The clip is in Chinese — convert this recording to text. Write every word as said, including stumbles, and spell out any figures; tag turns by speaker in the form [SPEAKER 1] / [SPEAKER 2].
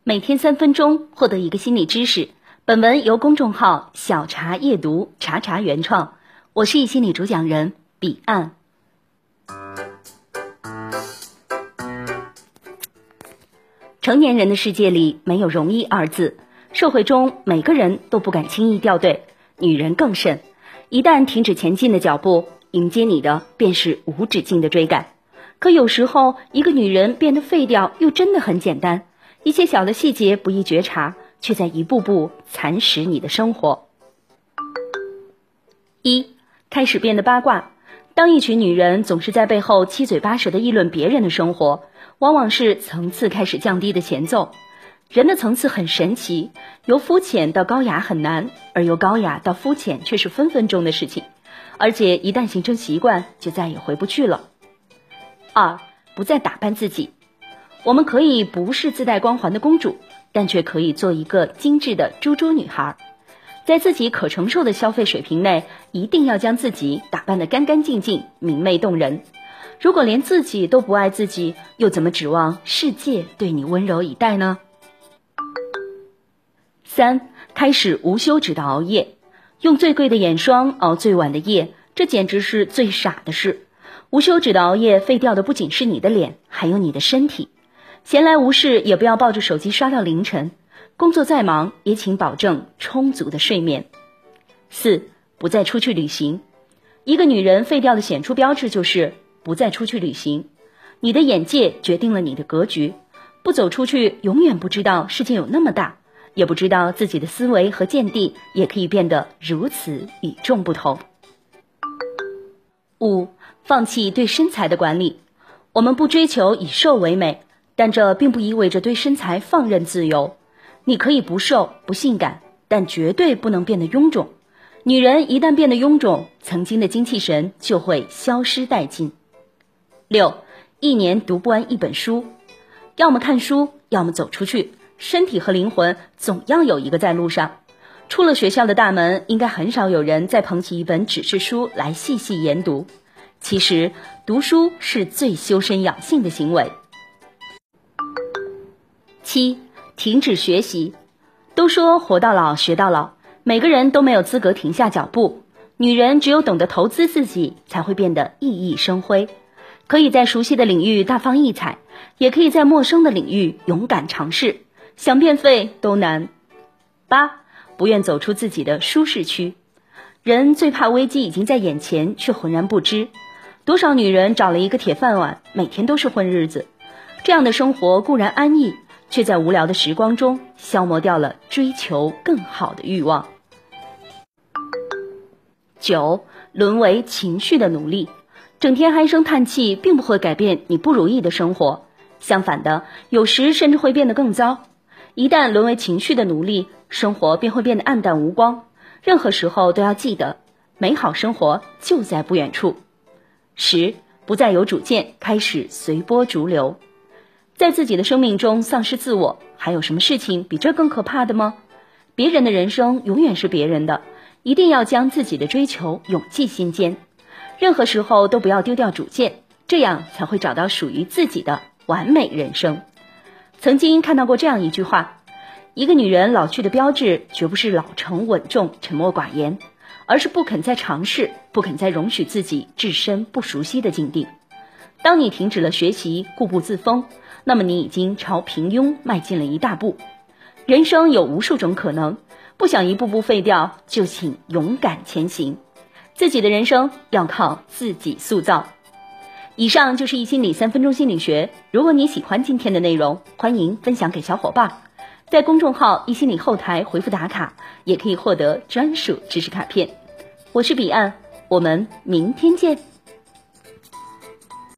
[SPEAKER 1] 每天三分钟，获得一个心理知识。本文由公众号小茶夜读茶茶原创，我是易心理主讲人彼岸。成年人的世界里没有容易二字，社会中每个人都不敢轻易掉队，女人更甚。一旦停止前进的脚步，迎接你的便是无止境的追赶。可有时候，一个女人变得废掉又真的很简单，一些小的细节不易觉察，却在一步步蚕食你的生活。一、开始变得八卦。当一群女人总是在背后七嘴八舌地议论别人的生活，往往是层次开始降低的前奏。人的层次很神奇，由肤浅到高雅很难，而由高雅到肤浅却是分分钟的事情，而且一旦形成习惯，就再也回不去了。二、不再打扮自己。我们可以不是自带光环的公主，但却可以做一个精致的猪猪女孩。在自己可承受的消费水平内，一定要将自己打扮得干干净净，明媚动人。如果连自己都不爱自己，又怎么指望世界对你温柔以待呢？三、开始无休止的熬夜。用最贵的眼霜熬最晚的夜，这简直是最傻的事。无休止的熬夜废掉的不仅是你的脸，还有你的身体。闲来无事也不要抱着手机刷到凌晨，工作再忙也请保证充足的睡眠。四、不再出去旅行。一个女人废掉的显著标志就是不再出去旅行。你的眼界决定了你的格局，不走出去，永远不知道世界有那么大，也不知道自己的思维和见地也可以变得如此与众不同。五、放弃对身材的管理。我们不追求以瘦为美，但这并不意味着对身材放任自由。你可以不瘦不性感，但绝对不能变得臃肿。女人一旦变得臃肿，曾经的精气神就会消失殆尽。六、一年读不完一本书。要么看书，要么走出去，身体和灵魂总要有一个在路上。出了学校的大门，应该很少有人再捧起一本纸质书来细细研读。其实读书是最修身养性的行为。七、停止学习。都说活到老学到老，每个人都没有资格停下脚步。女人只有懂得投资自己，才会变得熠熠生辉。可以在熟悉的领域大放异彩，也可以在陌生的领域勇敢尝试，想变废都难。八、不愿走出自己的舒适区。人最怕危机已经在眼前，却浑然不知。多少女人找了一个铁饭碗，每天都是混日子，这样的生活固然安逸，却在无聊的时光中消磨掉了追求更好的欲望。九、沦为情绪的奴隶。整天唉声叹气并不会改变你不如意的生活，相反的，有时甚至会变得更糟。一旦沦为情绪的奴隶，生活便会变得暗淡无光。任何时候都要记得，美好生活就在不远处。十、不再有主见，开始随波逐流。在自己的生命中丧失自我，还有什么事情比这更可怕的吗？别人的人生永远是别人的，一定要将自己的追求永记心间。任何时候都不要丢掉主见，这样才会找到属于自己的完美人生。曾经看到过这样一句话，一个女人老去的标志绝不是老成稳重沉默寡言，而是不肯再尝试，不肯再容许自己置身不熟悉的境地。当你停止了学习，固步自封，那么你已经朝平庸迈进了一大步。人生有无数种可能，不想一步步废掉，就请勇敢前行。自己的人生要靠自己塑造。以上就是易心理三分钟心理学，如果你喜欢今天的内容，欢迎分享给小伙伴。在公众号易心理后台回复打卡，也可以获得专属知识卡片。我是彼岸，我们明天见。